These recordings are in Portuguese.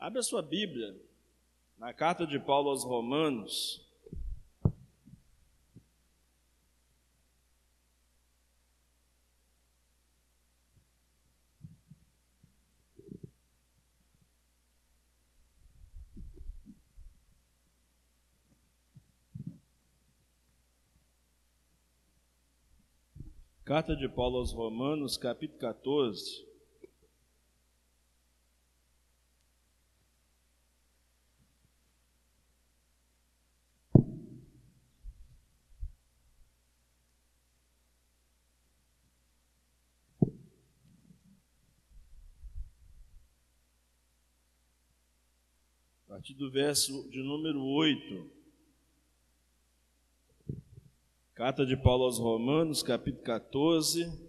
Abra a sua Bíblia na carta de Paulo aos Romanos. Carta de Paulo aos Romanos, capítulo 14. A partir do verso de número 8. Carta de Paulo aos Romanos, capítulo 14,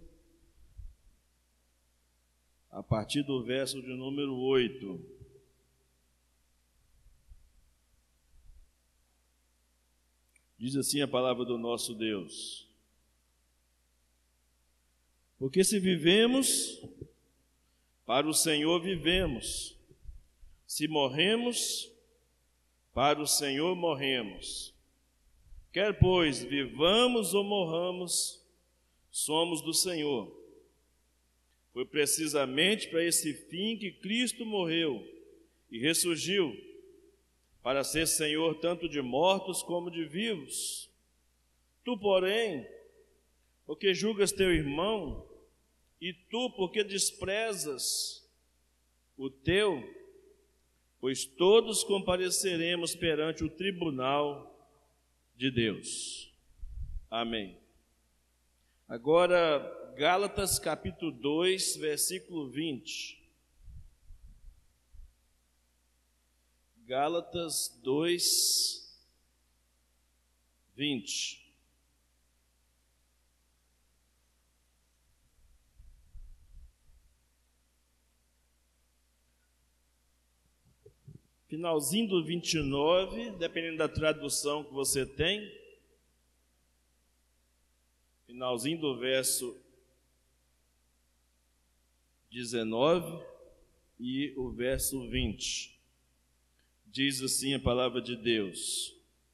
a partir do verso de número 8. Diz assim a palavra do nosso Deus: porque se vivemos, para o Senhor vivemos, se morremos, para o Senhor morremos. Quer, pois, vivamos ou morramos, somos do Senhor. Foi precisamente para esse fim que Cristo morreu e ressurgiu, para ser Senhor tanto de mortos como de vivos. Tu, porém, porque julgas teu irmão, e tu, porque desprezas o teu, pois todos compareceremos perante o tribunal de Deus. Amém. Agora, Gálatas capítulo 2, versículo 20. Gálatas 2, 20. Finalzinho do 29, dependendo da tradução que você tem. Finalzinho do verso 19 e o verso 20. Diz assim a palavra de Deus: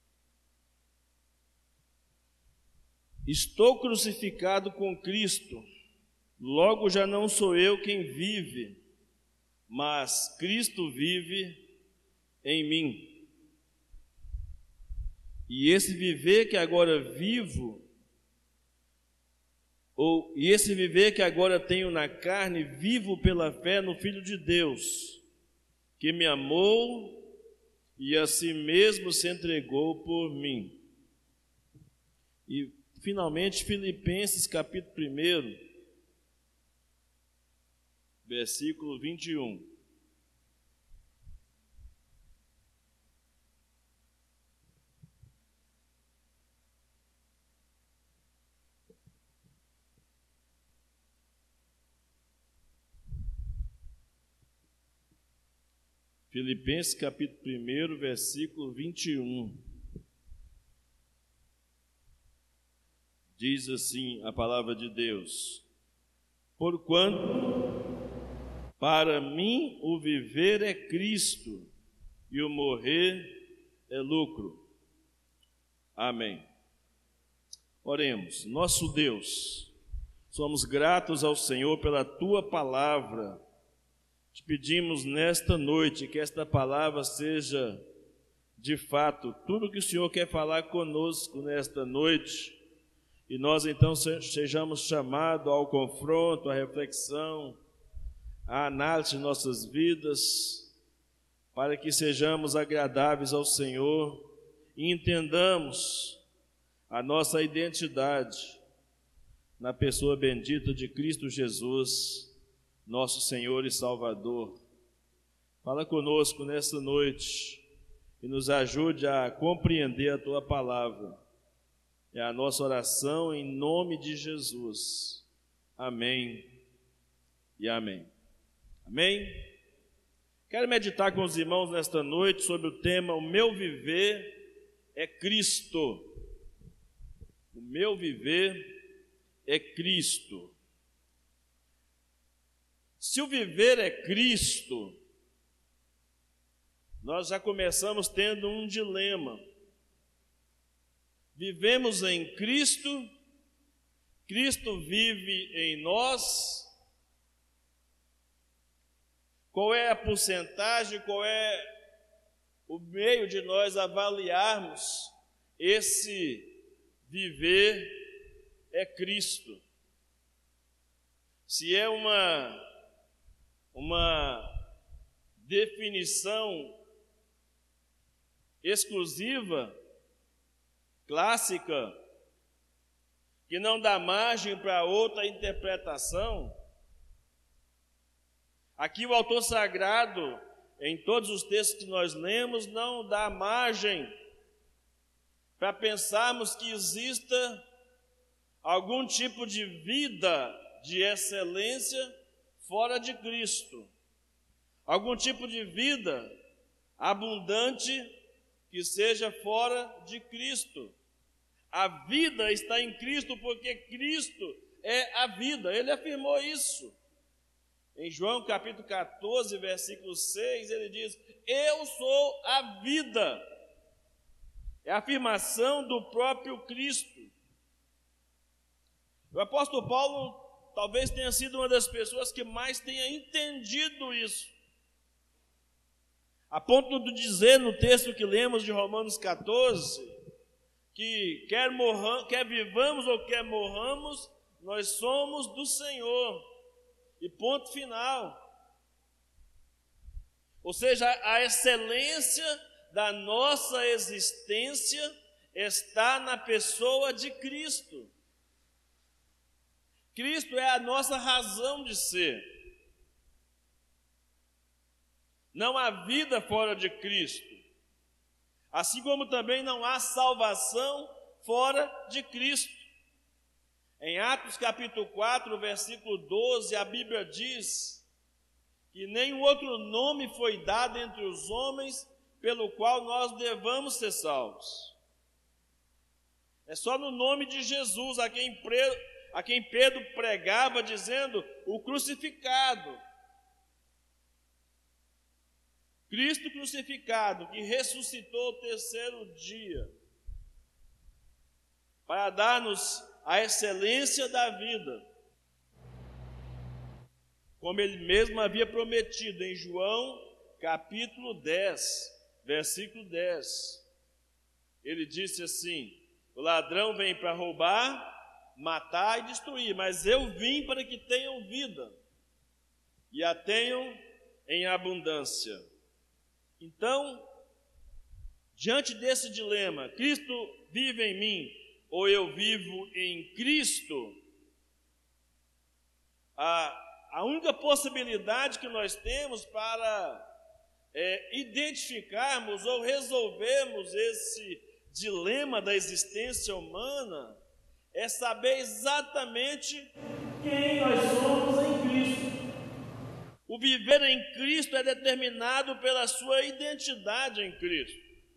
estou crucificado com Cristo, logo já não sou eu quem vive, mas Cristo vive em mim. E esse viver que agora vivo, esse viver que agora tenho na carne, vivo pela fé no Filho de Deus, que me amou e a si mesmo se entregou por mim. E finalmente Filipenses capítulo 1, versículo 21. Filipenses capítulo 1, versículo 21. Diz assim a palavra de Deus: porquanto para mim o viver é Cristo e o morrer é lucro. Amém. Oremos. Nosso Deus, somos gratos ao Senhor pela Tua palavra. Te pedimos nesta noite que esta palavra seja, de fato, tudo que o Senhor quer falar conosco nesta noite, e nós então sejamos chamados ao confronto, à reflexão, à análise de nossas vidas, para que sejamos agradáveis ao Senhor e entendamos a nossa identidade na pessoa bendita de Cristo Jesus, nosso Senhor e Salvador. Fala conosco nesta noite e nos ajude a compreender a Tua palavra. É a nossa oração em nome de Jesus. Amém e amém. Amém? Quero meditar com os irmãos nesta noite sobre o tema: o meu viver é Cristo. O meu viver é Cristo. Se o viver é Cristo, nós já começamos tendo um dilema. Vivemos em Cristo, Cristo vive em nós. Qual é a porcentagem, qual é o meio de nós avaliarmos esse viver é Cristo? Se é uma definição exclusiva, clássica, que não dá margem para outra interpretação, aqui o autor sagrado, em todos os textos que nós lemos, não dá margem para pensarmos que exista algum tipo de vida de excelência fora de Cristo, algum tipo de vida abundante que seja fora de Cristo. A vida está em Cristo porque Cristo é a vida. Ele afirmou isso. Em João capítulo 14, versículo 6, ele diz: eu sou a vida. É a afirmação do próprio Cristo. O apóstolo Paulo talvez tenha sido uma das pessoas que mais tenha entendido isso, a ponto de dizer no texto que lemos de Romanos 14, que quer vivamos ou quer morramos, nós somos do Senhor, e ponto final. Ou seja, a excelência da nossa existência está na pessoa de Cristo. Cristo é a nossa razão de ser. Não há vida fora de Cristo, assim como também não há salvação fora de Cristo. Em Atos capítulo 4, versículo 12, a Bíblia diz que nenhum outro nome foi dado entre os homens pelo qual nós devamos ser salvos. É só no nome de Jesus, a quem Pedro pregava, dizendo: o crucificado. Cristo crucificado, que ressuscitou o terceiro dia, para dar-nos a excelência da vida, como ele mesmo havia prometido em João capítulo 10, versículo 10. Ele disse assim: o ladrão vem para roubar, matar e destruir, mas eu vim para que tenham vida e a tenham em abundância. Então, diante desse dilema, Cristo vive em mim ou eu vivo em Cristo, a única possibilidade que nós temos para identificarmos ou resolvermos esse dilema da existência humana é saber exatamente quem nós somos em Cristo. O viver em Cristo é determinado pela sua identidade em Cristo,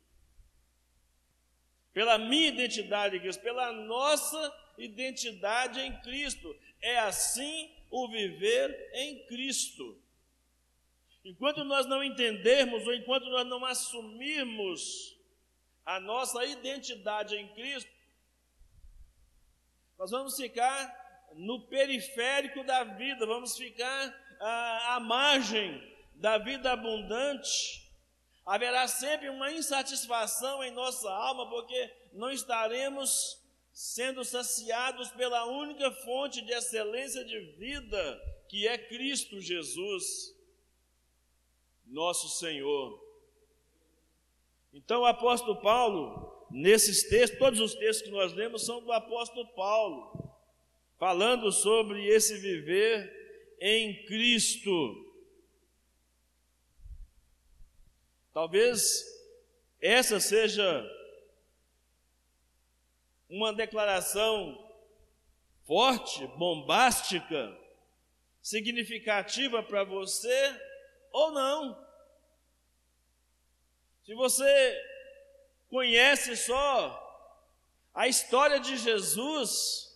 pela minha identidade em Cristo, pela nossa identidade em Cristo. É assim o viver em Cristo. Enquanto nós não entendermos ou enquanto nós não assumirmos a nossa identidade em Cristo, nós vamos ficar no periférico da vida, vamos ficar à margem da vida abundante. Haverá sempre uma insatisfação em nossa alma, porque não estaremos sendo saciados pela única fonte de excelência de vida, que é Cristo Jesus, nosso Senhor. Então o apóstolo Paulo, nesses textos, todos os textos que nós lemos são do apóstolo Paulo, falando sobre esse viver em Cristo. Talvez essa seja uma declaração forte, bombástica, significativa para você ou não. Se você conhece só a história de Jesus,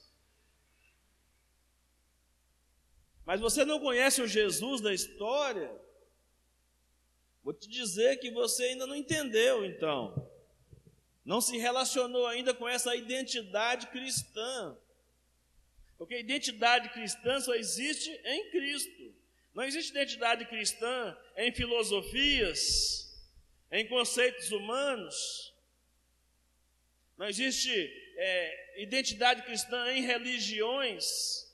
mas você não conhece o Jesus da história, Vou te dizer que você ainda não entendeu, então. Não se relacionou ainda com essa identidade cristã. Porque a identidade cristã só existe em Cristo. Não existe identidade cristã em filosofias, em conceitos humanos. Não existe identidade cristã em religiões.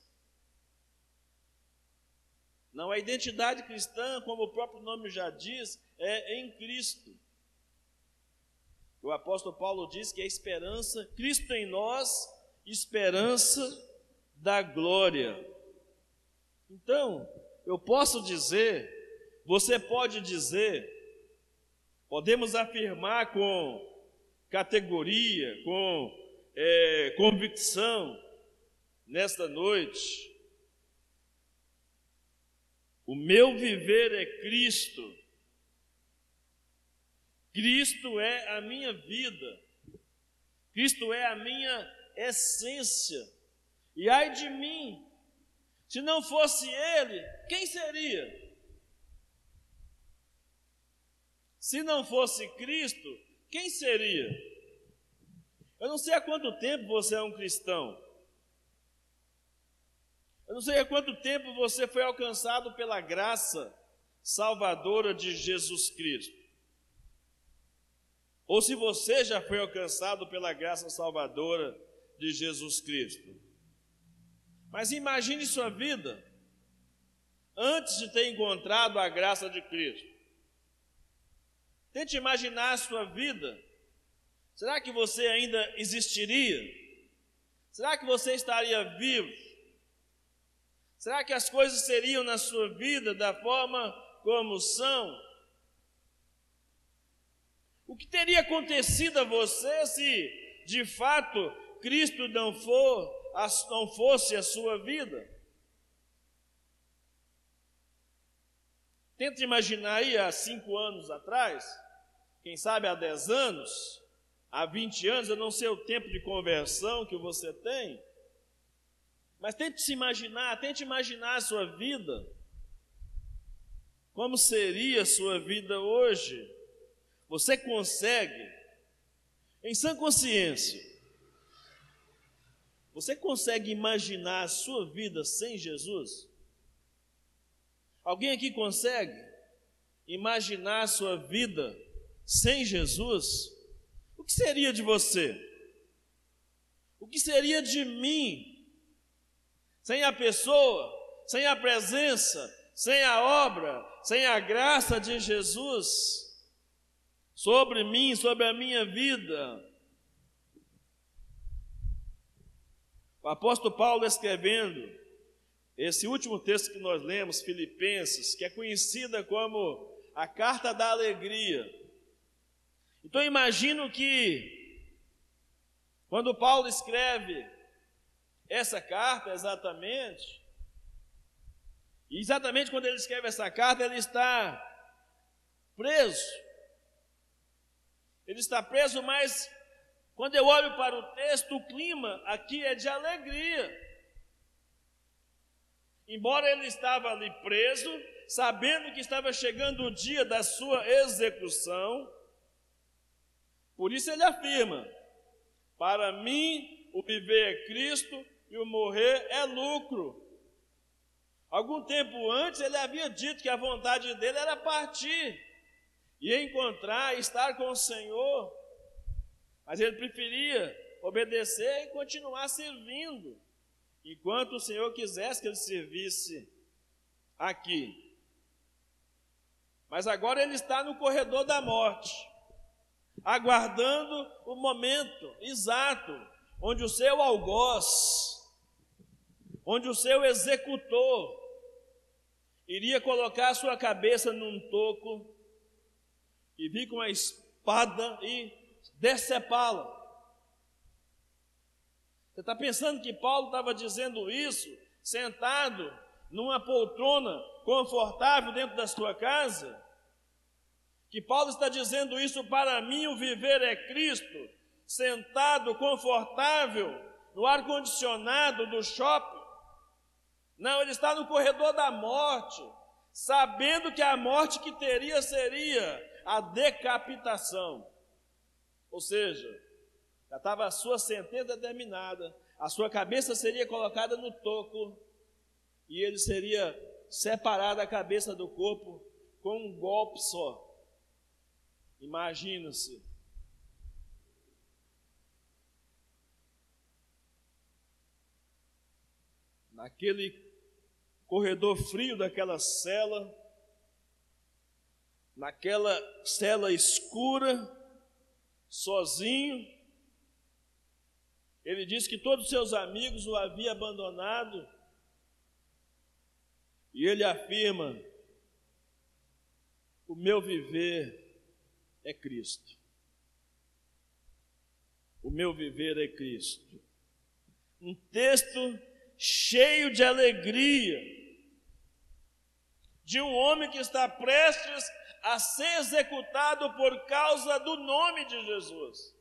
Não, a identidade cristã, como o próprio nome já diz, é em Cristo. O apóstolo Paulo diz que a esperança, Cristo em nós, esperança da glória. Então, eu posso dizer, você pode dizer, podemos afirmar com categoria, com convicção, nesta noite, o meu viver é Cristo. Cristo é a minha vida. Cristo é a minha essência. E ai de mim, se não fosse Ele, quem seria? Se não fosse Cristo, quem seria? Eu não sei há quanto tempo você é um cristão. Eu não sei há quanto tempo você foi alcançado pela graça salvadora de Jesus Cristo. Ou se você já foi alcançado pela graça salvadora de Jesus Cristo. Mas imagine sua vida antes de ter encontrado a graça de Cristo. Tente imaginar a sua vida. Será que você ainda existiria? Será que você estaria vivo? Será que as coisas seriam na sua vida da forma como são? O que teria acontecido a você se, de fato, Cristo não fosse a sua vida? Tenta imaginar aí há 5 anos atrás, quem sabe há 10 anos, há 20 anos, eu não sei o tempo de conversão que você tem, mas tente imaginar a sua vida. Como seria a sua vida hoje? Você consegue, em sã consciência, você consegue imaginar a sua vida sem Jesus? Alguém aqui consegue imaginar a sua vida sem Jesus? O que seria de você? O que seria de mim? Sem a pessoa, sem a presença, sem a obra, sem a graça de Jesus sobre mim, sobre a minha vida. O apóstolo Paulo escrevendo esse último texto que nós lemos, Filipenses, que é conhecida como a carta da alegria. Então eu imagino que quando Paulo escreve essa carta exatamente quando ele escreve essa carta, ele está preso. Ele está preso, mas quando eu olho para o texto, o clima aqui é de alegria. Embora ele estava ali preso, sabendo que estava chegando o dia da sua execução, por isso ele afirma: para mim o viver é Cristo e o morrer é lucro. Algum tempo antes ele havia dito que a vontade dele era partir e encontrar, estar com o Senhor, mas ele preferia obedecer e continuar servindo, enquanto o Senhor quisesse que ele servisse aqui. Mas agora ele está no corredor da morte, aguardando o momento exato, onde o seu algoz, onde o seu executor, iria colocar a sua cabeça num toco, e vir com a espada e decepá-la. Você está pensando que Paulo estava dizendo isso, sentado numa poltrona confortável dentro da sua casa? Que Paulo está dizendo isso: para mim o viver é Cristo, sentado, confortável, no ar-condicionado do shopping? Não, ele está no corredor da morte, sabendo que a morte que teria seria a decapitação. Ou seja, já estava a sua sentença determinada, a sua cabeça seria colocada no toco e ele seria separado a cabeça do corpo com um golpe só. Imagina-se. Naquele corredor frio daquela cela, naquela cela escura, sozinho, ele diz que todos os seus amigos o haviam abandonado, e ele afirma: o meu viver é Cristo. O meu viver é Cristo. Um texto cheio de alegria, de um homem que está prestes a ser executado por causa do nome de Jesus.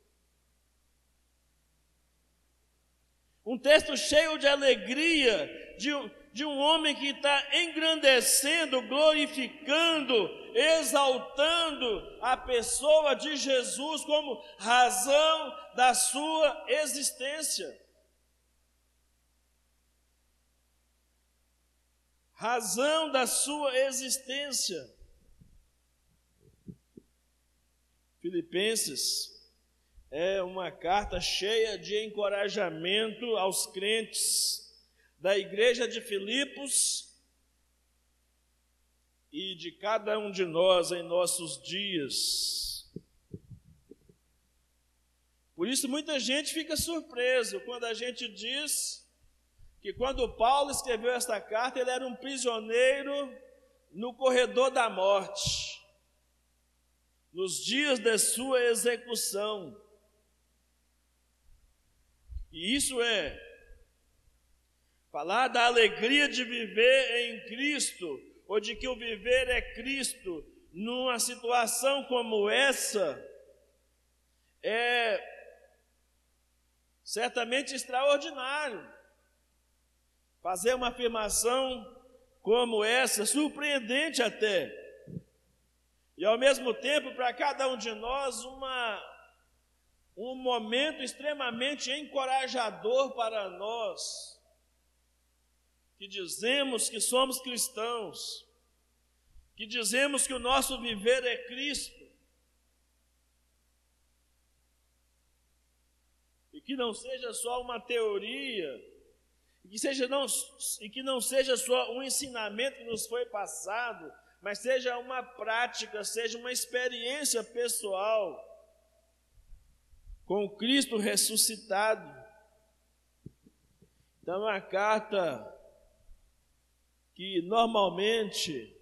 Um texto cheio de alegria, de um homem que está engrandecendo, glorificando, exaltando a pessoa de Jesus como razão da sua existência. Razão da sua existência. Filipenses é uma carta cheia de encorajamento aos crentes da igreja de Filipos e de cada um de nós em nossos dias. Por isso muita gente fica surpreso quando a gente diz que quando Paulo escreveu esta carta, ele era um prisioneiro no corredor da morte, nos dias da sua execução. E isso é falar da alegria de viver em Cristo, ou de que o viver é Cristo, numa situação como essa, é certamente extraordinário. Fazer uma afirmação como essa, surpreendente até, e ao mesmo tempo para cada um de nós um momento extremamente encorajador para nós, que dizemos que somos cristãos, que dizemos que o nosso viver é Cristo, e que não seja só uma teoria, e que não seja só um ensinamento que nos foi passado, mas seja uma prática, seja uma experiência pessoal com Cristo ressuscitado. Então, uma carta que normalmente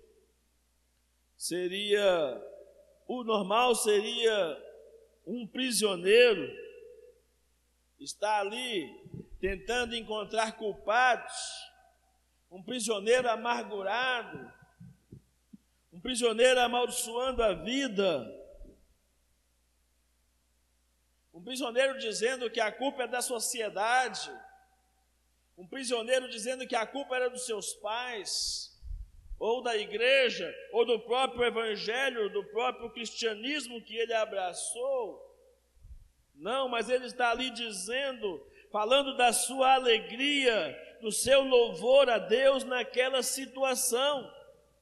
o normal seria um prisioneiro estar ali tentando encontrar culpados, um prisioneiro amargurado, um prisioneiro amaldiçoando a vida, um prisioneiro dizendo que a culpa é da sociedade, um prisioneiro dizendo que a culpa era dos seus pais, ou da igreja, ou do próprio evangelho, do próprio cristianismo que ele abraçou. Não, mas ele está ali dizendo, falando da sua alegria, do seu louvor a Deus naquela situação.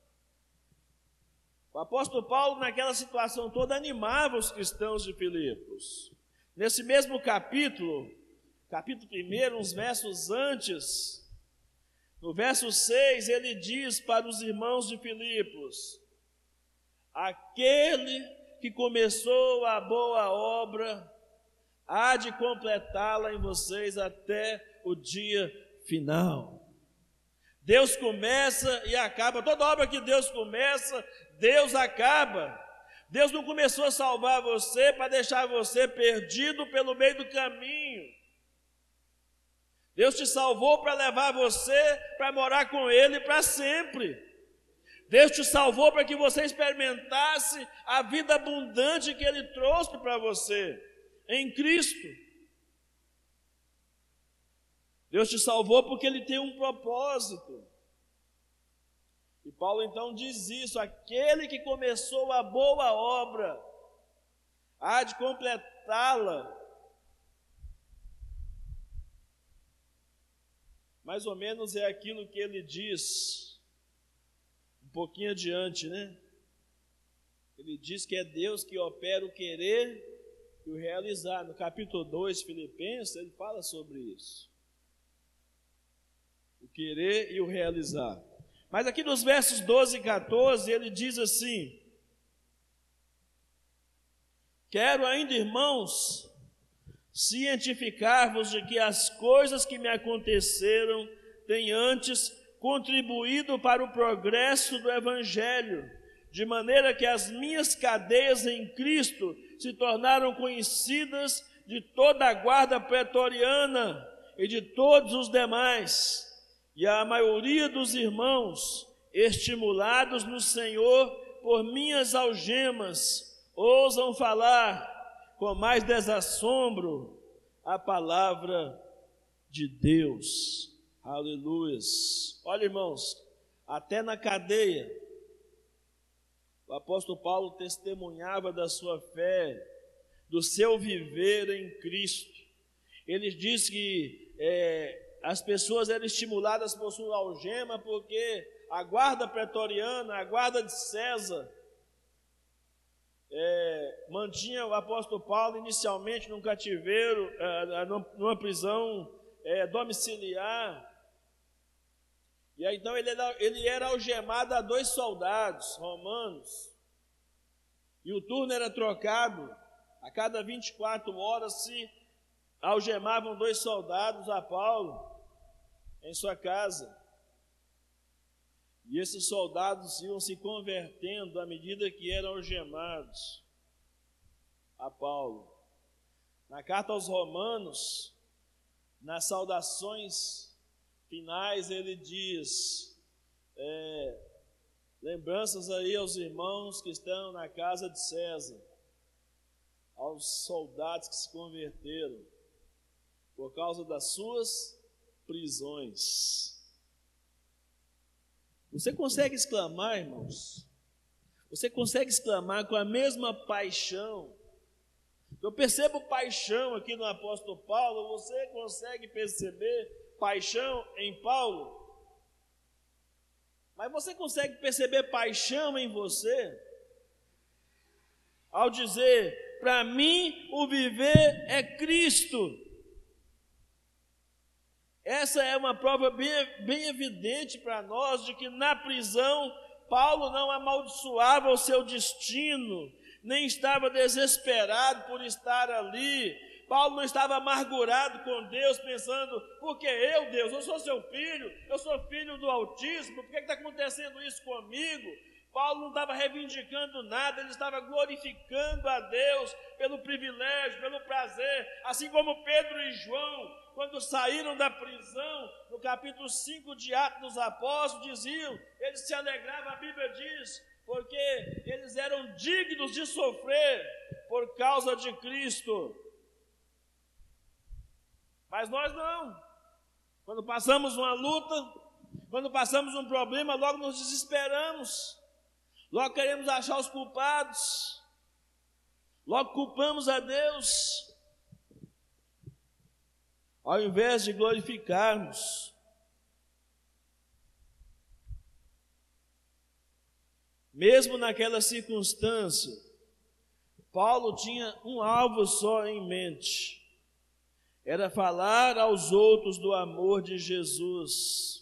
O apóstolo Paulo, naquela situação toda, animava os cristãos de Filipos. Nesse mesmo capítulo 1, uns versos antes, no verso 6, ele diz para os irmãos de Filipos: aquele que começou a boa obra há de completá-la em vocês até o dia final. Deus começa e acaba. Toda obra que Deus começa, Deus acaba. Deus não começou a salvar você para deixar você perdido pelo meio do caminho. Deus te salvou para levar você para morar com Ele para sempre. Deus te salvou para que você experimentasse a vida abundante que Ele trouxe para você em Cristo. Deus te salvou porque Ele tem um propósito. E Paulo então diz isso: aquele que começou a boa obra há de completá-la. Mais ou menos é aquilo que ele diz um pouquinho adiante, né? Ele diz que é Deus que opera o querer e o realizar. No capítulo 2, Filipenses, ele fala sobre isso. O querer e o realizar. Mas aqui nos versos 12 e 14, ele diz assim: quero ainda, irmãos, cientificar-vos de que as coisas que me aconteceram têm antes contribuído para o progresso do Evangelho, de maneira que as minhas cadeias em Cristo se tornaram conhecidas de toda a guarda pretoriana e de todos os demais, e a maioria dos irmãos, estimulados no Senhor por minhas algemas, ousam falar com mais desassombro a palavra de Deus. Aleluia. Olha, irmãos, até na cadeia, o apóstolo Paulo testemunhava da sua fé, do seu viver em Cristo. Ele diz que as pessoas eram estimuladas por sua algema, porque a guarda pretoriana, a guarda de César, mantinha o apóstolo Paulo inicialmente num cativeiro, numa prisão domiciliar. E aí, então ele era algemado a 2 soldados romanos, e o turno era trocado. A cada 24 horas se algemavam 2 soldados a Paulo em sua casa. E esses soldados iam se convertendo à medida que eram algemados a Paulo. Na carta aos Romanos, nas saudações finais, ele diz, lembranças aí aos irmãos que estão na casa de César, aos soldados que se converteram por causa das suas prisões. Você consegue exclamar, irmãos? Você consegue exclamar com a mesma paixão? Eu percebo paixão aqui no apóstolo Paulo. Você consegue perceber paixão em Paulo? Mas você consegue perceber paixão em você? Ao dizer, para mim o viver é Cristo. Essa é uma prova bem evidente para nós de que na prisão Paulo não amaldiçoava o seu destino, nem estava desesperado por estar ali. Paulo não estava amargurado com Deus, pensando, porque eu, Deus, eu sou seu filho, eu sou filho do Altíssimo, por que está acontecendo isso comigo? Paulo não estava reivindicando nada, ele estava glorificando a Deus pelo privilégio, pelo prazer, assim como Pedro e João, quando saíram da prisão, no capítulo 5 de Atos dos Apóstolos, diziam, eles se alegravam, a Bíblia diz, porque eles eram dignos de sofrer por causa de Cristo. Mas nós não. Quando passamos uma luta, quando passamos um problema, logo nos desesperamos, logo queremos achar os culpados, logo culpamos a Deus, ao invés de glorificarmos. Mesmo naquela circunstância, Paulo tinha um alvo só em mente: era falar aos outros do amor de Jesus.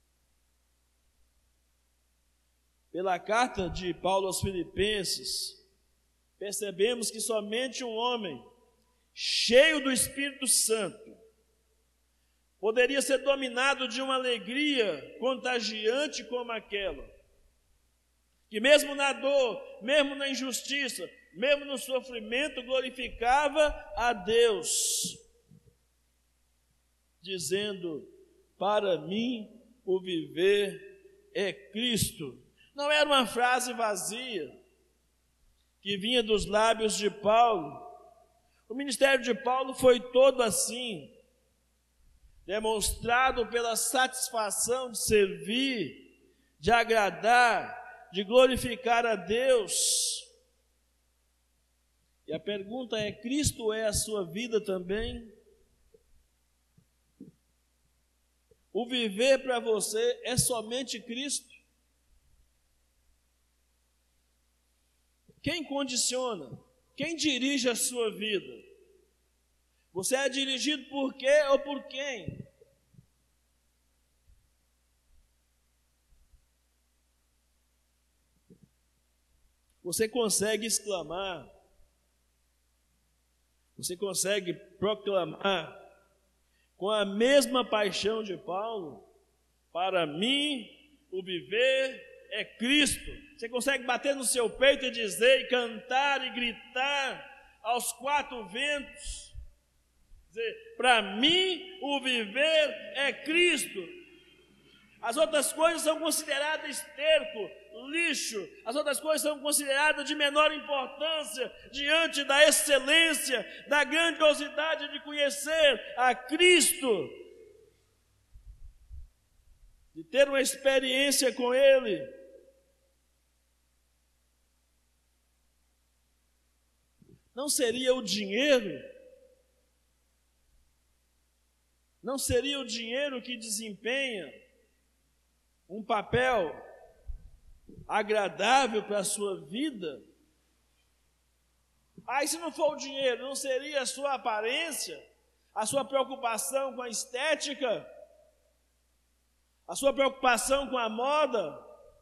Pela carta de Paulo aos Filipenses, percebemos que somente um homem cheio do Espírito Santo poderia ser dominado de uma alegria contagiante como aquela, que mesmo na dor, mesmo na injustiça, mesmo no sofrimento, glorificava a Deus, dizendo, para mim o viver é Cristo. Não era uma frase vazia que vinha dos lábios de Paulo. O ministério de Paulo foi todo assim, demonstrado pela satisfação de servir, de agradar, de glorificar a Deus. E a pergunta é: Cristo é a sua vida também? O viver para você é somente Cristo? Quem condiciona? Quem dirige a sua vida? Você é dirigido por quê ou por quem? Você consegue exclamar, você consegue proclamar com a mesma paixão de Paulo: para mim o viver é Cristo. Você consegue bater no seu peito e dizer, e cantar e gritar aos quatro ventos, dizer: para mim o viver é Cristo. As outras coisas são consideradas esterco, lixo. As outras coisas são consideradas de menor importância diante da excelência, da grandiosidade de conhecer a Cristo, de ter uma experiência com Ele. Não seria o dinheiro? Não seria o dinheiro que desempenha um papel agradável para a sua vida? E se não for o dinheiro, não seria a sua aparência, a sua preocupação com a estética, a sua preocupação com a moda?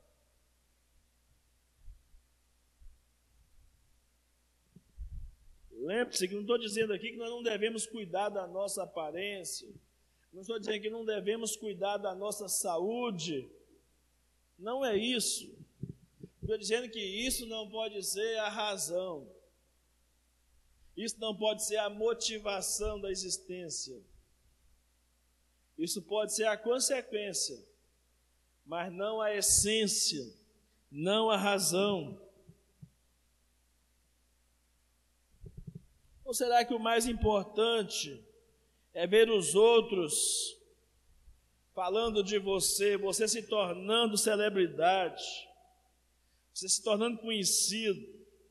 Lembre-se que não estou dizendo aqui que nós não devemos cuidar da nossa aparência, não estou dizendo que não devemos cuidar da nossa saúde, não é isso. Estou dizendo que isso não pode ser a razão, isso não pode ser a motivação da existência, isso pode ser a consequência, mas não a essência, não a razão. Ou será que o mais importante é ver os outros falando de você, você se tornando celebridade, você se tornando conhecido?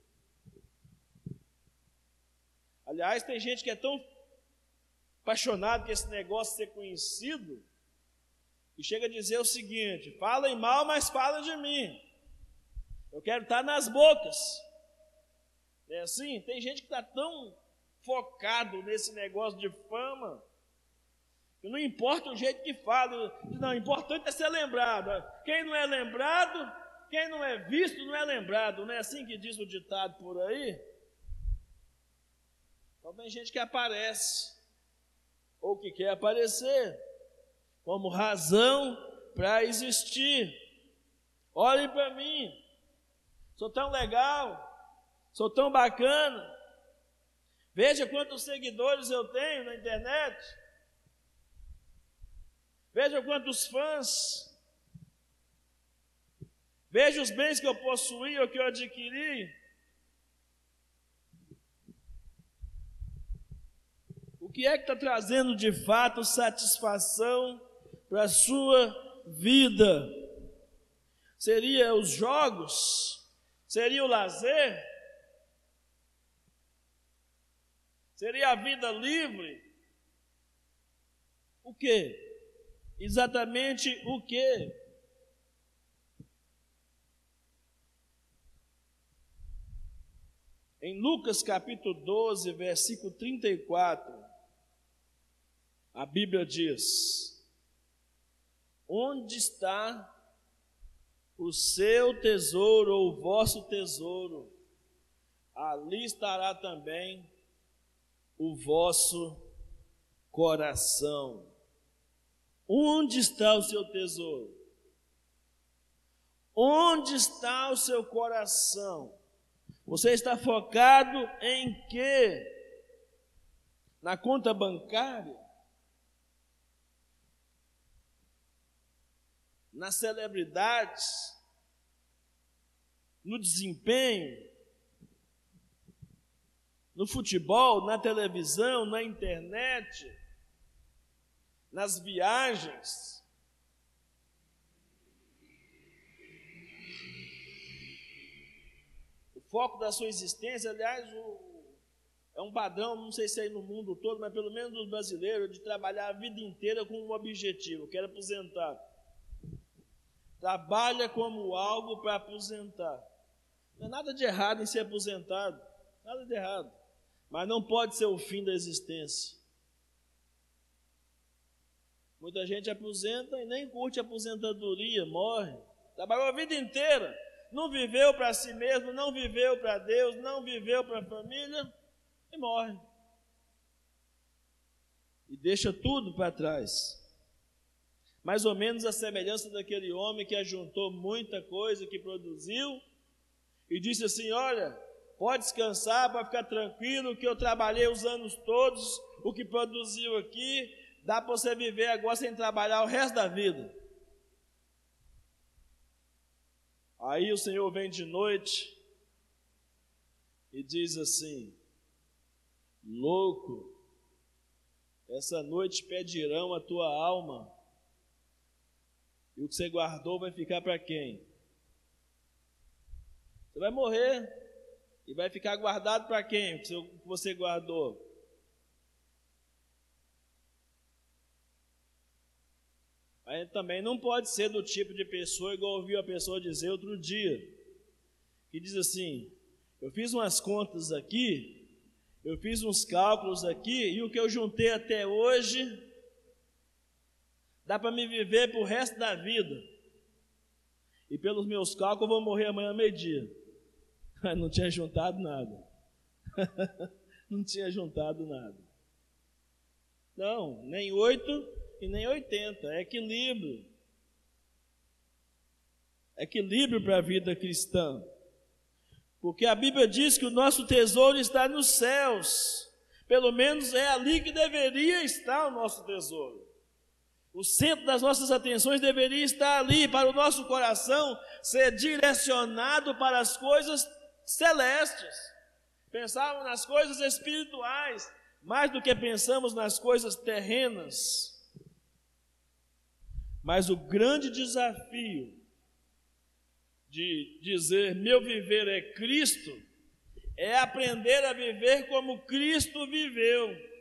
Aliás, tem gente que é tão apaixonado com esse negócio de ser conhecido, que chega a dizer o seguinte: falem mal, mas falem de mim, eu quero estar nas bocas. É assim? Tem gente que está tão focado nesse negócio de fama, que não importa o jeito que fala, não, o importante é ser lembrado. Quem não é lembrado, quem não é visto, não é lembrado. Não é assim que diz o ditado por aí? Então tem gente que aparece, ou que quer aparecer, como razão para existir. Olhem para mim, sou tão legal, sou tão bacana, veja quantos seguidores eu tenho na internet, veja quantos fãs, veja os bens que eu possuí ou que eu adquiri. O que é que está trazendo de fato satisfação para a sua vida? Seria os jogos? Seria o lazer? Seria a vida livre? O quê? Exatamente o quê? Em Lucas capítulo 12, versículo 34, a Bíblia diz: onde está o seu tesouro ou o vosso tesouro, ali estará também o vosso coração. Onde está o seu tesouro? Onde está o seu coração? Você está focado em quê? Na conta bancária? Nas celebridades? No desempenho? No futebol? Na televisão? Na internet? Nas viagens? foco da sua existência, aliás, é um padrão, não sei se é aí no mundo todo, mas pelo menos dos brasileiros, de trabalhar a vida inteira com um objetivo, quero aposentar. Trabalha como algo para aposentar. Não é nada de errado em ser aposentado, nada de errado, mas não pode ser o fim da existência. Muita gente aposenta e nem curte a aposentadoria, morre. Trabalhou a vida inteira, não viveu para si mesmo, não viveu para Deus, não viveu para a família e morre. E deixa tudo para trás. Mais ou menos a semelhança daquele homem que ajuntou muita coisa, que produziu, e disse assim: olha, pode descansar, pode ficar tranquilo, que eu trabalhei os anos todos, o que produziu aqui, dá para você viver agora sem trabalhar o resto da vida. Aí o Senhor vem de noite e diz assim: louco, essa noite pedirão a tua alma, e o que você guardou vai ficar para quem? Você vai morrer, e vai ficar guardado para quem? O que você guardou? Aí também não pode ser do tipo de pessoa, igual eu ouvi a pessoa dizer outro dia, que diz assim: eu fiz umas contas aqui, eu fiz uns cálculos aqui, e o que eu juntei até hoje dá para me viver para o resto da vida. E pelos meus cálculos eu vou morrer amanhã meio-dia. Não tinha juntado nada. Não tinha juntado nada. Não, nem 8 e nem 80. É equilíbrio. Equilíbrio para a vida cristã. Porque a Bíblia diz que o nosso tesouro está nos céus. Pelo menos é ali que deveria estar o nosso tesouro. O centro das nossas atenções deveria estar ali, para o nosso coração ser direcionado para as coisas celestes. Pensarmos nas coisas espirituais, mais do que pensamos nas coisas terrenas. Mas o grande desafio de dizer meu viver é Cristo, é aprender a viver como Cristo viveu.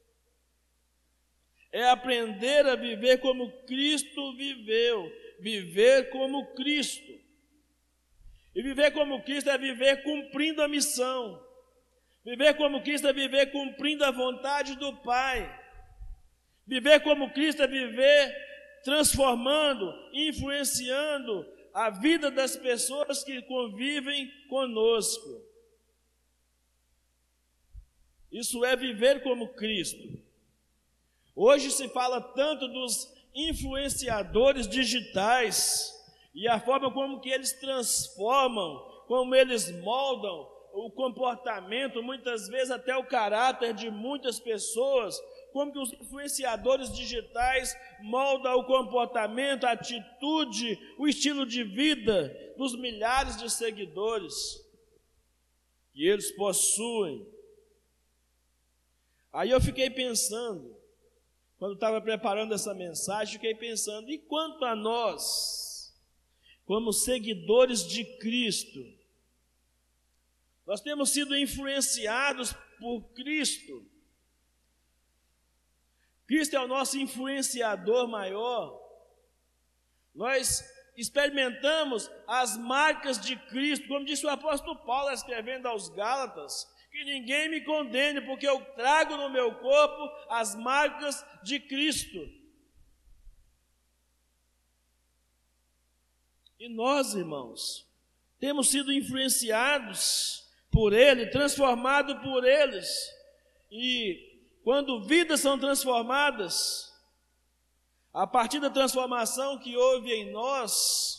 É aprender a viver como Cristo viveu, viver como Cristo. E viver como Cristo é viver cumprindo a missão. Viver como Cristo é viver cumprindo a vontade do Pai. Viver como Cristo é viver transformando, influenciando a vida das pessoas que convivem conosco. Isso é viver como Cristo. Hoje se fala tanto dos influenciadores digitais e a forma como que eles transformam, como eles moldam o comportamento, muitas vezes até o caráter de muitas pessoas, como que os influenciadores digitais moldam o comportamento, a atitude, o estilo de vida dos milhares de seguidores que eles possuem. Aí eu fiquei pensando, quando estava preparando essa mensagem, fiquei pensando, e quanto a nós, como seguidores de Cristo, nós temos sido influenciados por Cristo. Cristo é o nosso influenciador maior. Nós experimentamos as marcas de Cristo, como disse o apóstolo Paulo escrevendo aos Gálatas, que ninguém me condene, porque eu trago no meu corpo as marcas de Cristo. E nós, irmãos, temos sido influenciados por Ele, transformados por eles. E quando vidas são transformadas, a partir da transformação que houve em nós,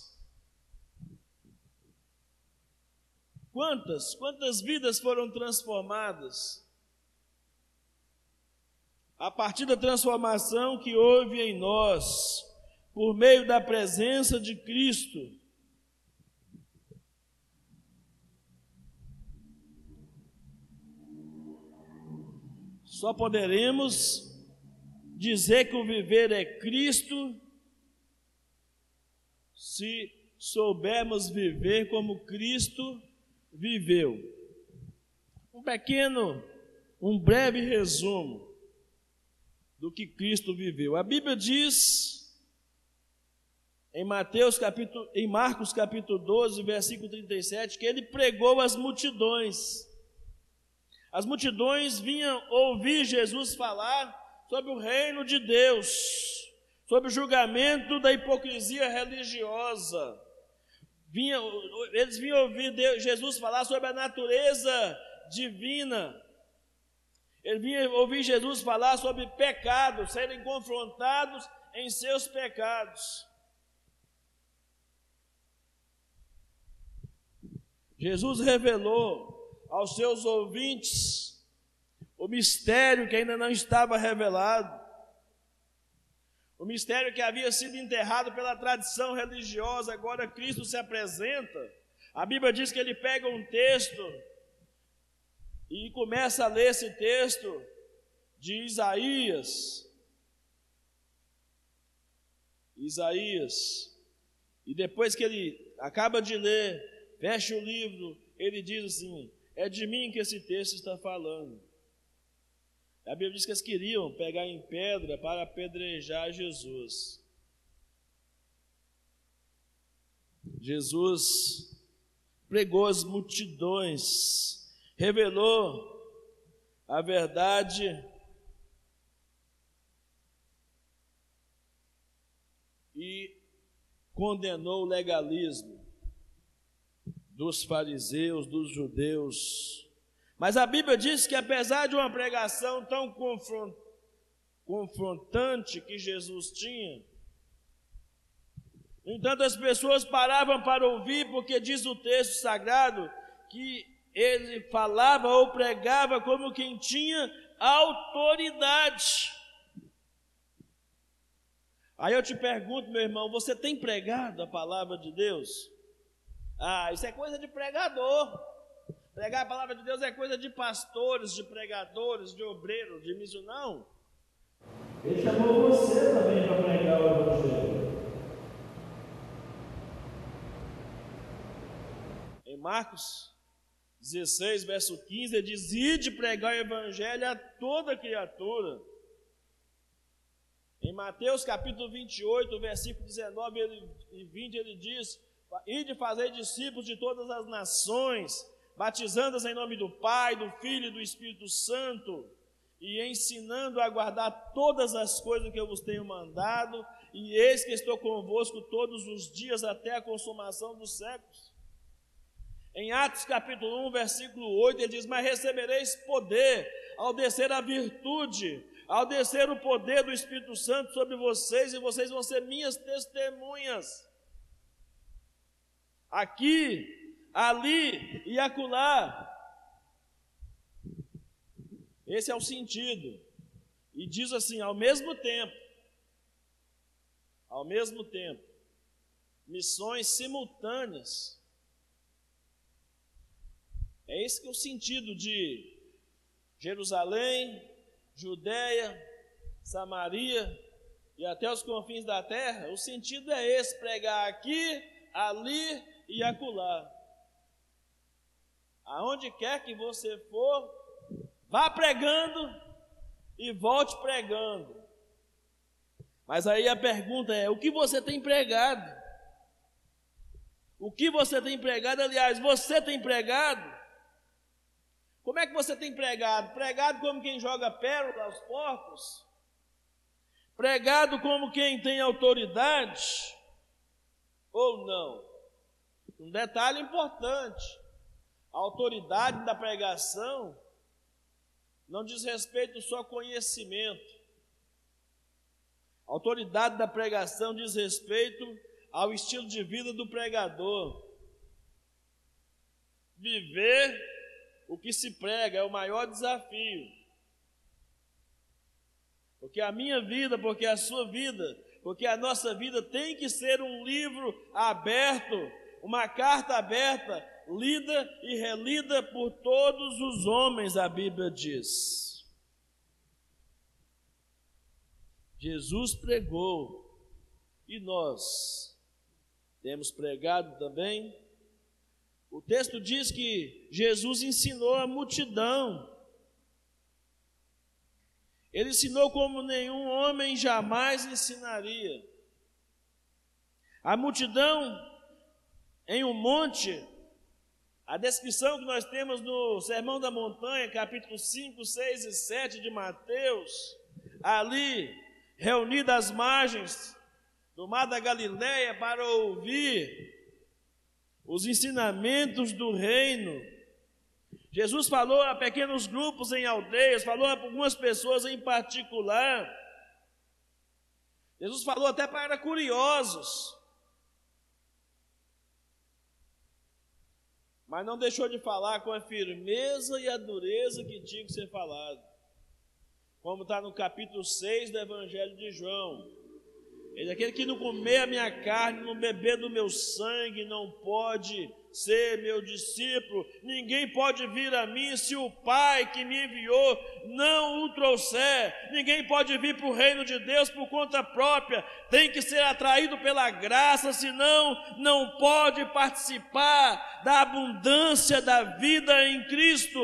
quantas vidas foram transformadas? A partir da transformação que houve em nós, por meio da presença de Cristo. Só poderemos dizer que o viver é Cristo se soubermos viver como Cristo viveu. Um breve resumo do que Cristo viveu. A Bíblia diz em Marcos capítulo 12, versículo 37, que ele pregou às multidões. As multidões vinham ouvir Jesus falar sobre o reino de Deus, sobre o julgamento da hipocrisia religiosa. Eles vinham ouvir Jesus falar sobre a natureza divina. Eles vinham ouvir Jesus falar sobre pecados, serem confrontados em seus pecados. Jesus revelou aos seus ouvintes o mistério que ainda não estava revelado, o mistério que havia sido enterrado pela tradição religiosa. Agora Cristo se apresenta. A Bíblia diz que ele pega um texto e começa a ler esse texto de Isaías, e depois que ele acaba de ler, fecha o livro, ele diz assim: é de mim que esse texto está falando. A Bíblia diz que eles queriam pegar em pedra para apedrejar Jesus. Jesus pregou às multidões, revelou a verdade e condenou o legalismo dos fariseus, dos judeus. Mas a Bíblia diz que apesar de uma pregação tão confrontante que Jesus tinha, no entanto as pessoas paravam para ouvir, porque diz o texto sagrado que ele falava ou pregava como quem tinha autoridade. Aí eu te pergunto, meu irmão, você tem pregado a palavra de Deus? Isso é coisa de pregador. Pregar a palavra de Deus é coisa de pastores, de pregadores, de obreiros, de missionários. Não. Ele chamou você também para pregar o Evangelho. Em Marcos 16, verso 15, ele diz: ide pregar o Evangelho a toda criatura. Em Mateus capítulo 28, versículo 19 e 20, ele diz: ide fazer discípulos de todas as nações, batizando-os em nome do Pai, do Filho e do Espírito Santo, e ensinando a guardar todas as coisas que eu vos tenho mandado, e eis que estou convosco todos os dias até a consumação dos séculos. Em Atos capítulo 1, versículo 8, ele diz: mas recebereis poder ao descer a virtude, ao descer o poder do Espírito Santo sobre vocês, e vocês vão ser minhas testemunhas, aqui, ali e acolá. Esse é o sentido. E diz assim: ao mesmo tempo, missões simultâneas. É esse que é o sentido de Jerusalém, Judeia, Samaria e até os confins da terra. O sentido é esse: pregar aqui, ali e acolá. Aonde quer que você for, vá pregando e volte pregando. Mas aí a pergunta é: o que você tem pregado? O que você tem pregado? Aliás, você tem pregado? Como é que você tem pregado? Pregado como quem joga pérola aos porcos? Pregado como quem tem autoridade? Ou não? Um detalhe importante: a autoridade da pregação não diz respeito só ao conhecimento. A autoridade da pregação diz respeito ao estilo de vida do pregador. Viver o que se prega é o maior desafio. Porque a minha vida, porque a sua vida, porque a nossa vida tem que ser um livro aberto, uma carta aberta, lida e relida por todos os homens, a Bíblia diz. Jesus pregou, e nós temos pregado também. O texto diz que Jesus ensinou a multidão. Ele ensinou como nenhum homem jamais ensinaria. A multidão em um monte, a descrição que nós temos no Sermão da Montanha, capítulos 5, 6 e 7 de Mateus, ali, reunida às margens do mar da Galileia para ouvir os ensinamentos do reino. Jesus falou a pequenos grupos em aldeias, falou a algumas pessoas em particular. Jesus falou até para curiosos. Mas não deixou de falar com a firmeza e a dureza que tinha que ser falado. Como está no capítulo 6 do Evangelho de João. Ele, aquele que não comer a minha carne, não beber do meu sangue, não pode ser meu discípulo. Ninguém pode vir a mim se o Pai que me enviou não o trouxer. Ninguém pode vir para o reino de Deus por conta própria. Tem que ser atraído pela graça, senão não pode participar da abundância da vida em Cristo.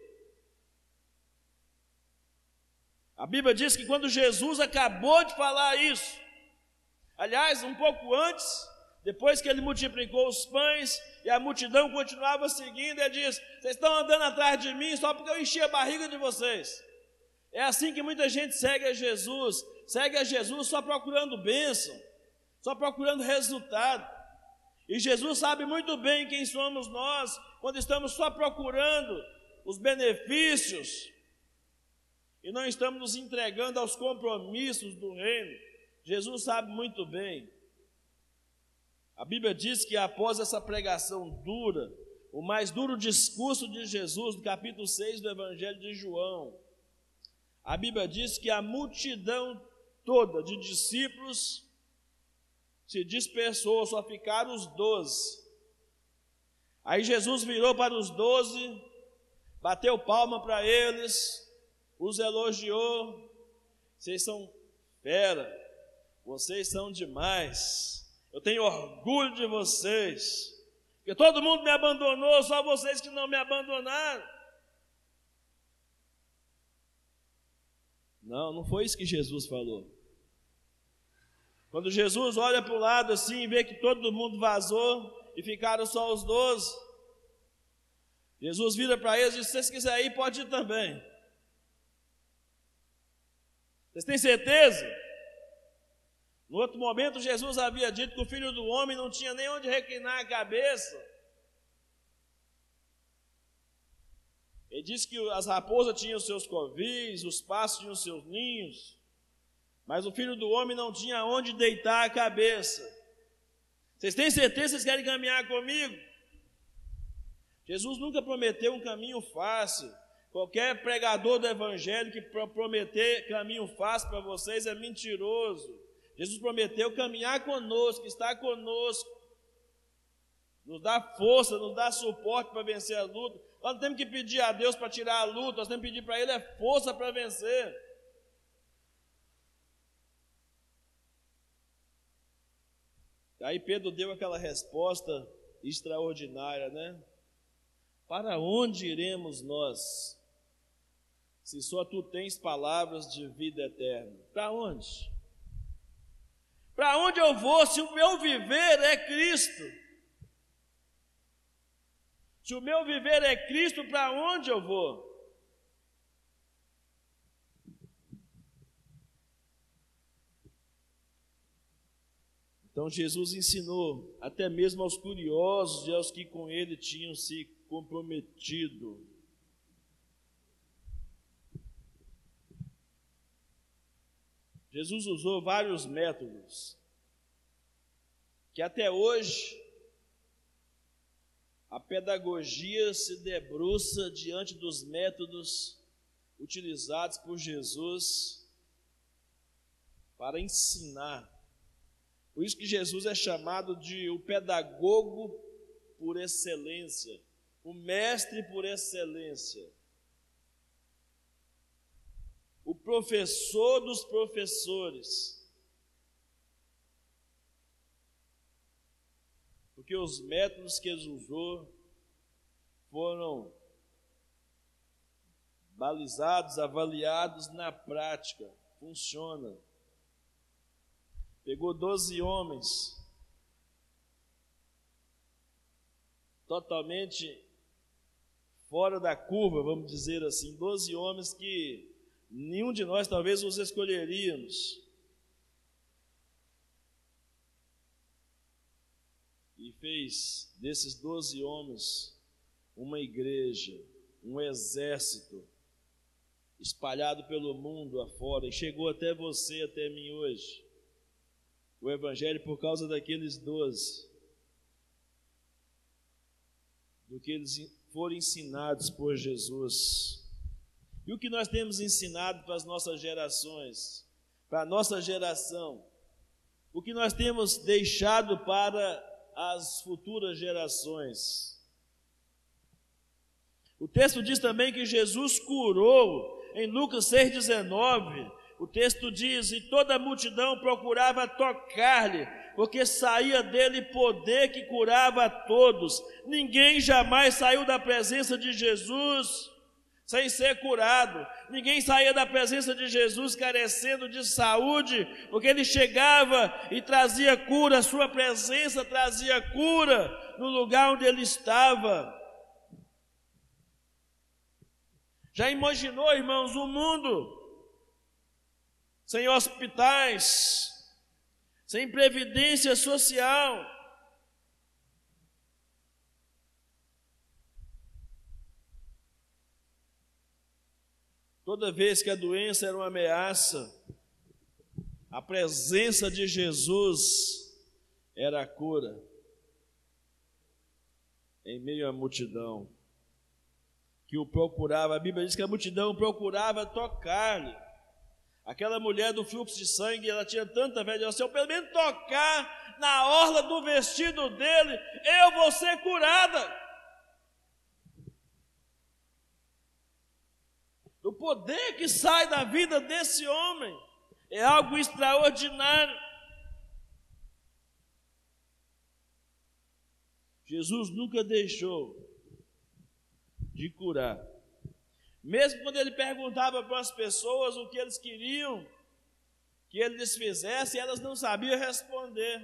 A Bíblia diz que quando Jesus acabou de falar isso, aliás, um pouco antes, depois que ele multiplicou os pães e a multidão continuava seguindo, ele diz: vocês estão andando atrás de mim só porque eu enchi a barriga de vocês. É assim que muita gente segue a Jesus só procurando bênção, só procurando resultado. E Jesus sabe muito bem quem somos nós, quando estamos só procurando os benefícios e não estamos nos entregando aos compromissos do reino. Jesus sabe muito bem. A Bíblia diz que após essa pregação dura, o mais duro discurso de Jesus, no capítulo 6 do Evangelho de João, a Bíblia diz que a multidão toda de discípulos se dispersou, só ficaram os 12. Aí Jesus virou para os 12, bateu palma para eles, os elogiou: vocês são fera, vocês são demais, eu tenho orgulho de vocês, porque todo mundo me abandonou, só vocês que não me abandonaram. Não foi isso que Jesus falou. Quando Jesus olha para o lado assim e vê que todo mundo vazou e ficaram só os 12, Jesus vira para eles e diz: se vocês quiserem ir, pode ir também. Vocês têm certeza? No outro momento, Jesus havia dito que o Filho do Homem não tinha nem onde reclinar a cabeça. Ele disse que as raposas tinham seus covis, os passos tinham seus ninhos, mas o Filho do Homem não tinha onde deitar a cabeça. Vocês têm certeza que vocês querem caminhar comigo? Jesus nunca prometeu um caminho fácil. Qualquer pregador do Evangelho que prometer caminho fácil para vocês é mentiroso. Jesus prometeu caminhar conosco, estar conosco, nos dar força, nos dar suporte para vencer a luta. Nós não temos que pedir a Deus para tirar a luta, nós temos que pedir para Ele força para vencer. Aí Pedro deu aquela resposta extraordinária, né? Para onde iremos nós, se só tu tens palavras de vida eterna? Para onde? Para onde eu vou se o meu viver é Cristo? Se o meu viver é Cristo, para onde eu vou? Então Jesus ensinou até mesmo aos curiosos e aos que com ele tinham se comprometido. Jesus usou vários métodos que até hoje a pedagogia se debruça diante dos métodos utilizados por Jesus para ensinar. Por isso que Jesus é chamado de o pedagogo por excelência, o mestre por excelência, o professor dos professores. Porque os métodos que ele usou foram balizados, avaliados na prática. Funciona. Pegou 12 homens, totalmente fora da curva, vamos dizer assim, 12 homens que nenhum de nós talvez os escolheríamos. E fez desses 12 homens uma igreja, um exército, espalhado pelo mundo afora, e chegou até você, até mim hoje, o Evangelho, por causa daqueles 12, do que eles foram ensinados por Jesus. E o que nós temos ensinado para as nossas gerações, para a nossa geração, o que nós temos deixado para as futuras gerações. O texto diz também que Jesus curou, em Lucas 6,19, o texto diz: e toda a multidão procurava tocar-lhe, porque saía dele poder que curava a todos. Ninguém jamais saiu da presença de Jesus sem ser curado. Ninguém saía da presença de Jesus carecendo de saúde, porque ele chegava e trazia cura, a sua presença trazia cura no lugar onde ele estava. Já imaginou, irmãos, um mundo sem hospitais, sem previdência social? Toda vez que a doença era uma ameaça, a presença de Jesus era a cura em meio à multidão que o procurava. A Bíblia diz que a multidão procurava tocar-lhe. Aquela mulher do fluxo de sangue, ela tinha tanta fé, se eu pelo menos tocar na orla do vestido dele, eu vou ser curada. O poder que sai da vida desse homem é algo extraordinário. Jesus nunca deixou de curar. Mesmo quando ele perguntava para as pessoas o que eles queriam que ele lhes fizesse, elas não sabiam responder.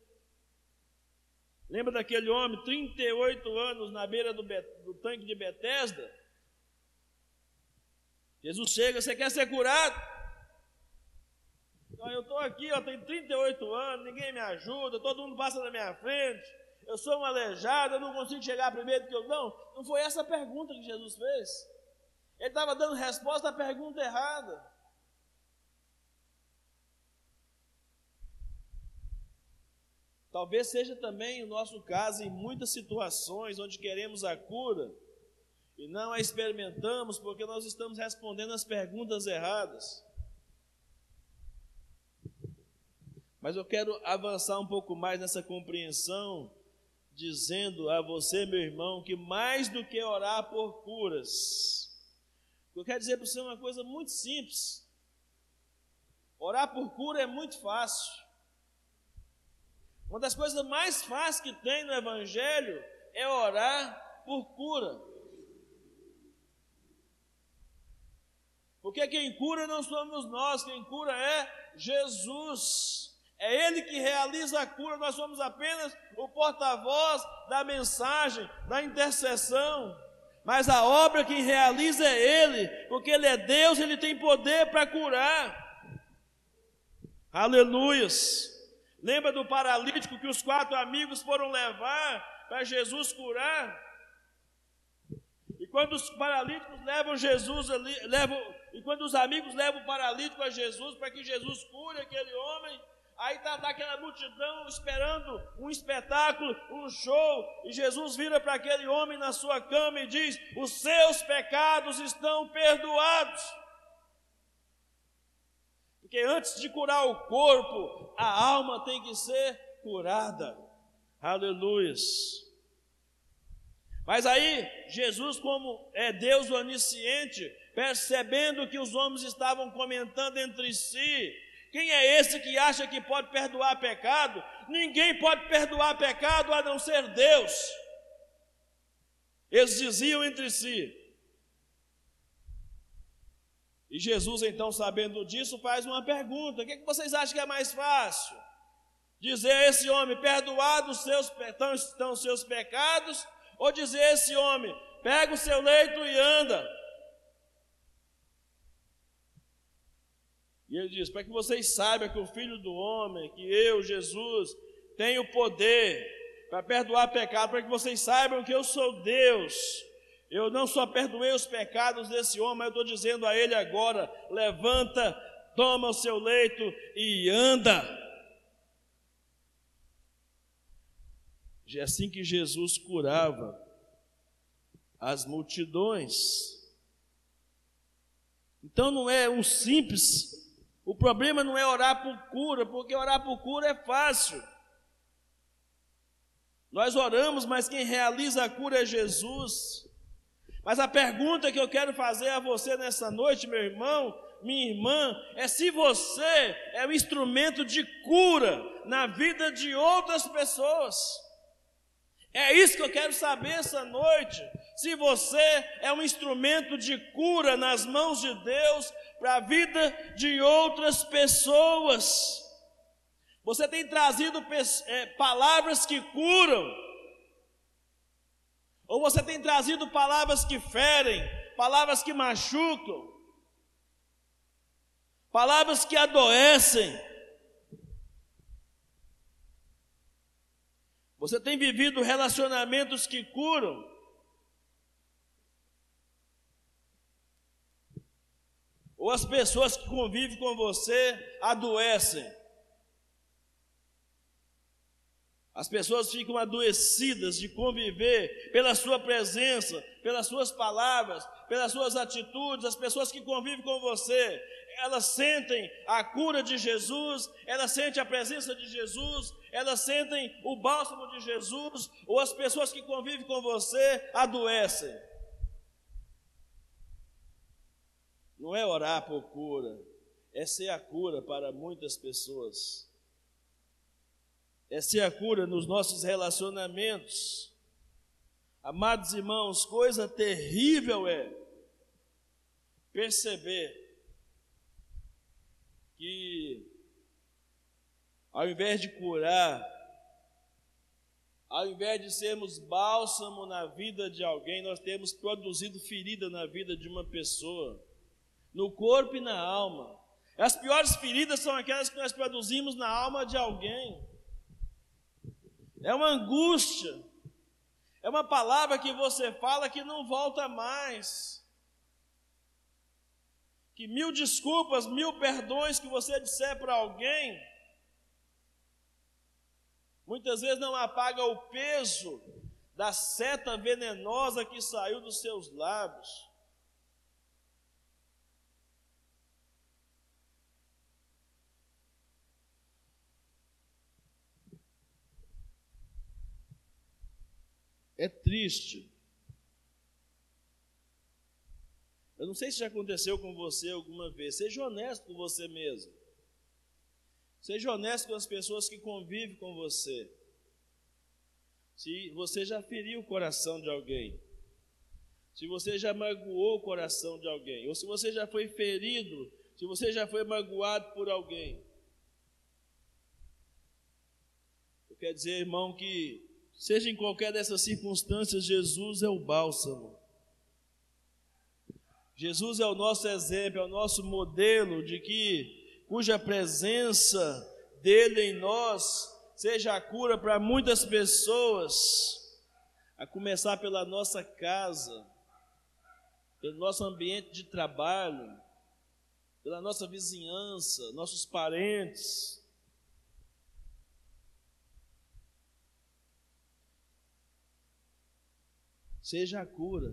Lembra daquele homem, 38 anos, na beira do tanque de Betesda? Jesus chega: você quer ser curado? Então, eu estou aqui, tenho 38 anos, ninguém me ajuda, todo mundo passa na minha frente, eu sou um aleijado, eu não consigo chegar primeiro que eu... Não foi essa a pergunta que Jesus fez. Ele estava dando resposta à pergunta errada. Talvez seja também o nosso caso em muitas situações onde queremos a cura e não a experimentamos porque nós estamos respondendo as perguntas erradas. Mas eu quero avançar um pouco mais nessa compreensão, dizendo a você, meu irmão, que mais do que orar por curas, eu quero dizer para você uma coisa muito simples. Orar por cura é muito fácil. Uma das coisas mais fáceis que tem no Evangelho é orar por cura. Porque quem cura não somos nós, quem cura é Jesus. É Ele que realiza a cura, nós somos apenas o porta-voz da mensagem, da intercessão. Mas a obra quem realiza é Ele, porque Ele é Deus, Ele tem poder para curar. Aleluias! Lembra do paralítico que os 4 amigos foram levar para Jesus curar? E quando os paralíticos levam Jesus ali, e quando os amigos levam o paralítico a Jesus para que Jesus cure aquele homem, aí está aquela multidão esperando um espetáculo, um show, e Jesus vira para aquele homem na sua cama e diz: os seus pecados estão perdoados. Porque antes de curar o corpo, a alma tem que ser curada. Aleluias. Mas aí, Jesus, como é Deus onisciente, percebendo que os homens estavam comentando entre si: quem é esse que acha que pode perdoar pecado? Ninguém pode perdoar pecado a não ser Deus. Eles diziam entre si. E Jesus, então, sabendo disso, faz uma pergunta: o que vocês acham que é mais fácil? Dizer a esse homem, perdoados estão os seus pecados, ou dizer a esse homem, pega o seu leito e anda? E ele diz, para que vocês saibam que o Filho do Homem, que eu, Jesus, tenho o poder para perdoar pecado, para que vocês saibam que eu sou Deus. Eu não só perdoei os pecados desse homem, mas eu estou dizendo a ele agora, levanta, toma o seu leito e anda. É assim que Jesus curava as multidões. Então não é um simples, o problema não é orar por cura, porque orar por cura é fácil. Nós oramos, mas quem realiza a cura é Jesus. Mas a pergunta que eu quero fazer a você nessa noite, meu irmão, minha irmã, é se você é um instrumento de cura na vida de outras pessoas. É isso que eu quero saber essa noite. Se você é um instrumento de cura nas mãos de Deus para a vida de outras pessoas. Você tem trazido palavras que curam, ou você tem trazido palavras que ferem, palavras que machucam, palavras que adoecem. Você tem vivido relacionamentos que curam, ou as pessoas que convivem com você adoecem? As pessoas ficam adoecidas de conviver pela sua presença, pelas suas palavras, pelas suas atitudes. As pessoas que convivem com você, elas sentem a cura de Jesus, elas sentem a presença de Jesus, elas sentem o bálsamo de Jesus, ou as pessoas que convivem com você adoecem? Não é orar por cura, é ser a cura para muitas pessoas. É ser a cura nos nossos relacionamentos. Amados irmãos, coisa terrível é perceber que, ao invés de curar, ao invés de sermos bálsamo na vida de alguém, nós temos produzido ferida na vida de uma pessoa, no corpo e na alma. As piores feridas são aquelas que nós produzimos na alma de alguém. É uma angústia, é uma palavra que você fala que não volta mais, que 1000 desculpas, 1000 perdões que você disser para alguém, muitas vezes não apaga o peso da seta venenosa que saiu dos seus lábios. É triste. Eu não sei se já aconteceu com você alguma vez. Seja honesto com você mesmo. Seja honesto com as pessoas que convivem com você. Se você já feriu o coração de alguém, se você já magoou o coração de alguém, ou se você já foi ferido, se você já foi magoado por alguém. Eu quero dizer, irmão, que seja em qualquer dessas circunstâncias, Jesus é o bálsamo. Jesus é o nosso exemplo, é o nosso modelo cuja presença dele em nós seja a cura para muitas pessoas, a começar pela nossa casa, pelo nosso ambiente de trabalho, pela nossa vizinhança, nossos parentes. Seja a cura,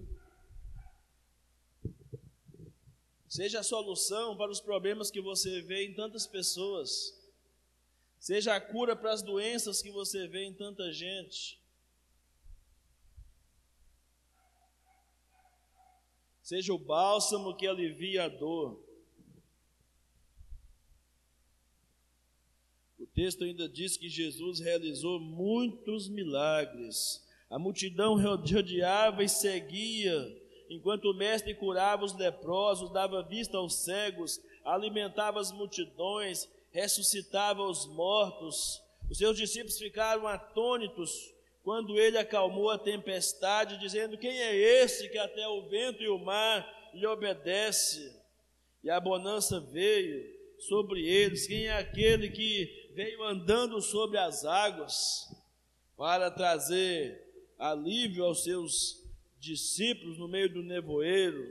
seja a solução para os problemas que você vê em tantas pessoas, seja a cura para as doenças que você vê em tanta gente, seja o bálsamo que alivia a dor. O texto ainda diz que Jesus realizou muitos milagres. A multidão rodeava e seguia, enquanto o mestre curava os leprosos, dava vista aos cegos, alimentava as multidões, ressuscitava os mortos. Os seus discípulos ficaram atônitos quando ele acalmou a tempestade, dizendo: quem é esse que até o vento e o mar lhe obedece? E a bonança veio sobre eles. Quem é aquele que veio andando sobre as águas para trazer alívio aos seus discípulos no meio do nevoeiro?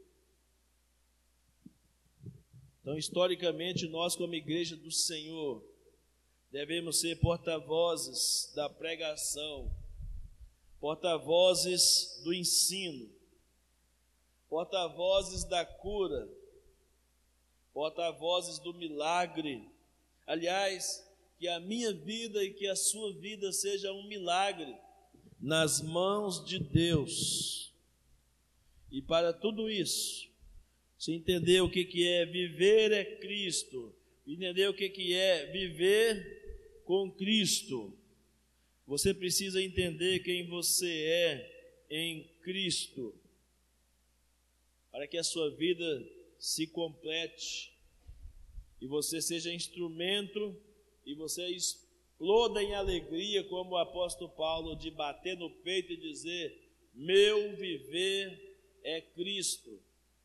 Então, historicamente, nós, como igreja do Senhor, devemos ser porta-vozes da pregação, porta-vozes do ensino, porta-vozes da cura, porta-vozes do milagre. Aliás, que a minha vida e que a sua vida seja um milagre nas mãos de Deus. E para tudo isso, se entender o que é viver é Cristo, entender o que é viver com Cristo, você precisa entender quem você é em Cristo, para que a sua vida se complete e você seja instrumento e você exploda em alegria, como o apóstolo Paulo, de bater no peito e dizer: meu viver é Cristo.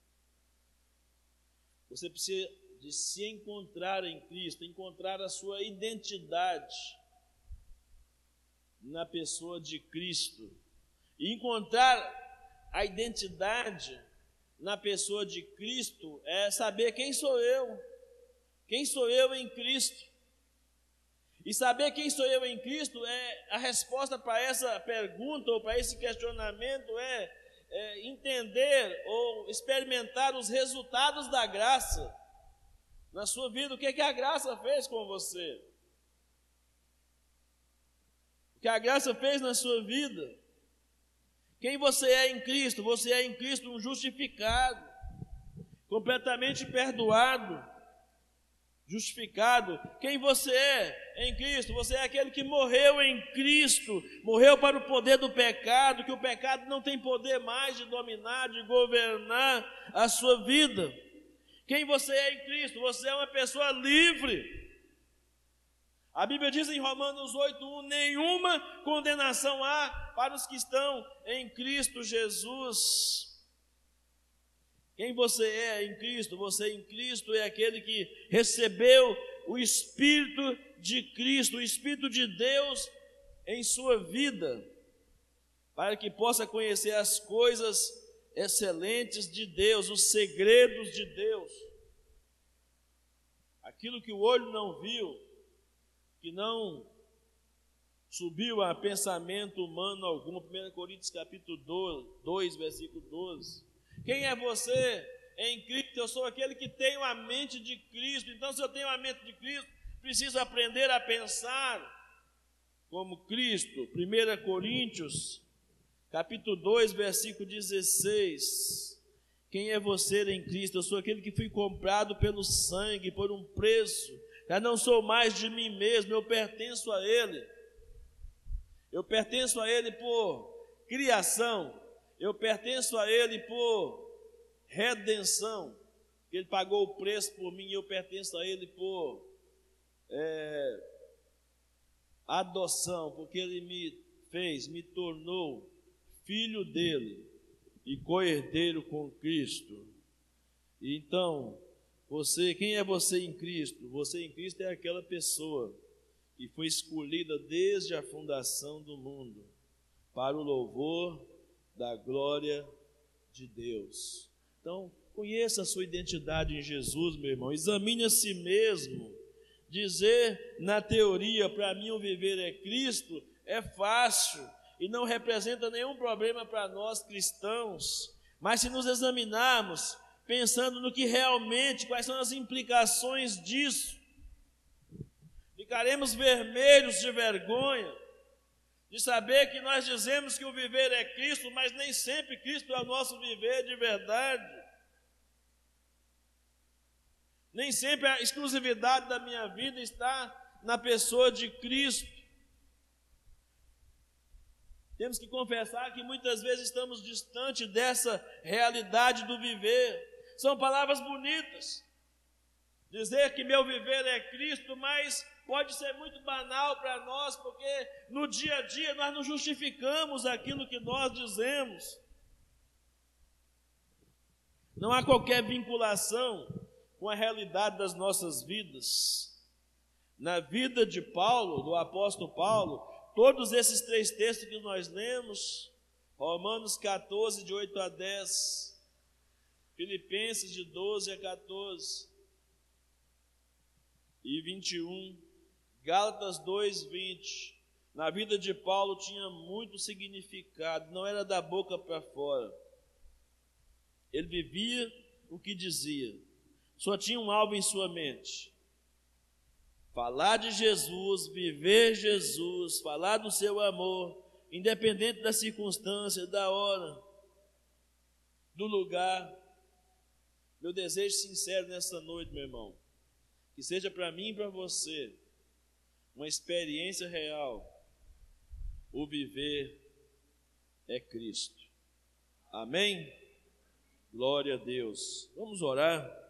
Você precisa de se encontrar em Cristo, encontrar a sua identidade na pessoa de Cristo. E encontrar a identidade na pessoa de Cristo é saber quem sou eu em Cristo. E saber quem sou eu em Cristo é a resposta para essa pergunta ou para esse questionamento é entender ou experimentar os resultados da graça na sua vida. O que a graça fez com você? O que a graça fez na sua vida? Quem você é em Cristo? Você é em Cristo um justificado, completamente perdoado, justificado. Quem você é em Cristo? Você é aquele que morreu em Cristo, morreu para o poder do pecado, que o pecado não tem poder mais de dominar, de governar a sua vida. Quem você é em Cristo? Você é uma pessoa livre. A Bíblia diz em Romanos 8:1: nenhuma condenação há para os que estão em Cristo Jesus. Quem você é em Cristo? Você em Cristo é aquele que recebeu o Espírito de Cristo, o Espírito de Deus em sua vida, para que possa conhecer as coisas excelentes de Deus, os segredos de Deus, aquilo que o olho não viu, que não subiu a pensamento humano algum. 1 Coríntios capítulo 2, versículo 12. Quem é você em Cristo? Eu sou aquele que tenho a mente de Cristo. Então, se eu tenho a mente de Cristo, preciso aprender a pensar como Cristo. 1 Coríntios capítulo 2, versículo 16. Quem é você em Cristo? Eu sou aquele que fui comprado pelo sangue, por um preço. Já não sou mais de mim mesmo, eu pertenço a Ele. Eu pertenço a Ele por criação. Eu pertenço a Ele por redenção. Ele pagou o preço por mim e eu pertenço a Ele por adoção, porque Ele me tornou filho dEle e co-herdeiro com Cristo. Então, quem é você em Cristo? Você em Cristo é aquela pessoa que foi escolhida desde a fundação do mundo para o louvor da glória de Deus. Então, conheça a sua identidade em Jesus, meu irmão. Examine a si mesmo. Dizer na teoria, para mim o viver é Cristo, é fácil e não representa nenhum problema para nós cristãos. Mas se nos examinarmos, pensando no que realmente, quais são as implicações disso, ficaremos vermelhos de vergonha, de saber que nós dizemos que o viver é Cristo, mas nem sempre Cristo é o nosso viver de verdade. Nem sempre a exclusividade da minha vida está na pessoa de Cristo. Temos que confessar que muitas vezes estamos distante dessa realidade do viver. São palavras bonitas. Dizer que meu viver é Cristo, mas pode ser muito banal para nós, porque no dia a dia nós não justificamos aquilo que nós dizemos. Não há qualquer vinculação com a realidade das nossas vidas. Na vida de Paulo, do apóstolo Paulo, todos esses 3 textos que nós lemos, Romanos 14, de 8 a 10, Filipenses, de 12 a 14 e 21, Gálatas 2, 20, na vida de Paulo tinha muito significado, não era da boca para fora. Ele vivia o que dizia, só tinha um alvo em sua mente: falar de Jesus, viver Jesus, falar do seu amor, independente da circunstância, da hora, do lugar. Meu desejo sincero nessa noite, meu irmão, que seja para mim e para você uma experiência real. O viver é Cristo. Amém? Glória a Deus. Vamos orar.